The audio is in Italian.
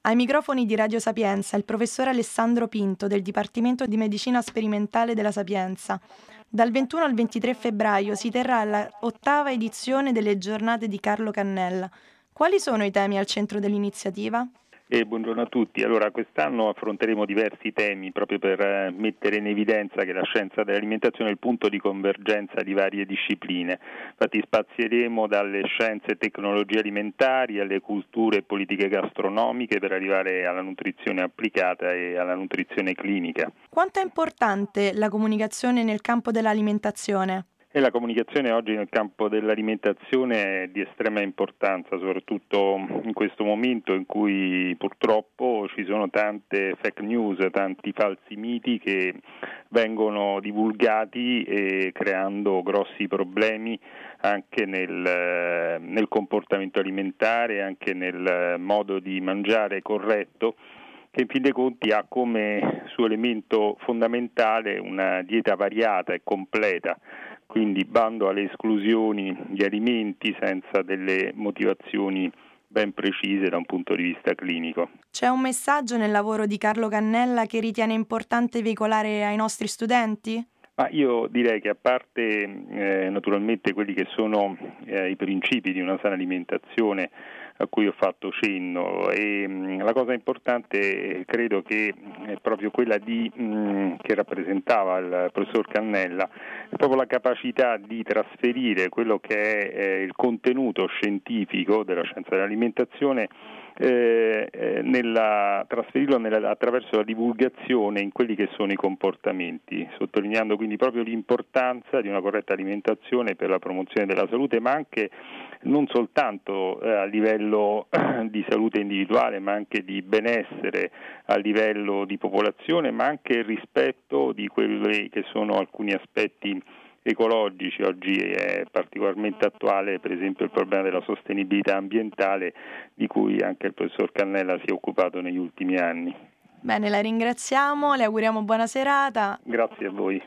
Ai microfoni di Radio Sapienza il professor Alessandro Pinto del Dipartimento di Medicina Sperimentale della Sapienza. Dal 21 al 23 febbraio si terrà la 8ª edizione delle giornate di Carlo Cannella. Quali sono i temi al centro dell'iniziativa? Buongiorno a tutti. Allora, quest'anno affronteremo diversi temi proprio per mettere in evidenza che la scienza dell'alimentazione è il punto di convergenza di varie discipline. Infatti spazieremo dalle scienze e tecnologie alimentari alle culture e politiche gastronomiche per arrivare alla nutrizione applicata e alla nutrizione clinica. Quanto è importante la comunicazione nel campo dell'alimentazione? E la comunicazione oggi nel campo dell'alimentazione è di estrema importanza, soprattutto in questo momento in cui purtroppo ci sono tante fake news, tanti falsi miti che vengono divulgati creando grossi problemi anche nel comportamento alimentare, anche nel modo di mangiare corretto, che in fin dei conti ha come suo elemento fondamentale una dieta variata e completa. Quindi bando alle esclusioni di alimenti senza delle motivazioni ben precise da un punto di vista clinico. C'è un messaggio nel lavoro di Carlo Cannella che ritiene importante veicolare ai nostri studenti? Ma io direi che a parte naturalmente quelli che sono i principi di una sana alimentazione a cui ho fatto cenno, la cosa importante credo che è proprio quella che rappresentava il professor Cannella, è proprio la capacità di trasferire quello che è il contenuto scientifico della scienza dell'alimentazione, trasferirlo attraverso la divulgazione in quelli che sono i comportamenti, sottolineando quindi proprio l'importanza di una corretta alimentazione per la promozione della salute, ma anche non soltanto a livello di salute individuale, ma anche di benessere a livello di popolazione, ma anche il rispetto di quelli che sono alcuni aspetti ecologici. Oggi è particolarmente attuale per esempio il problema della sostenibilità ambientale, di cui anche il professor Cannella si è occupato negli ultimi anni. Bene, la ringraziamo, le auguriamo buona serata. Grazie a voi.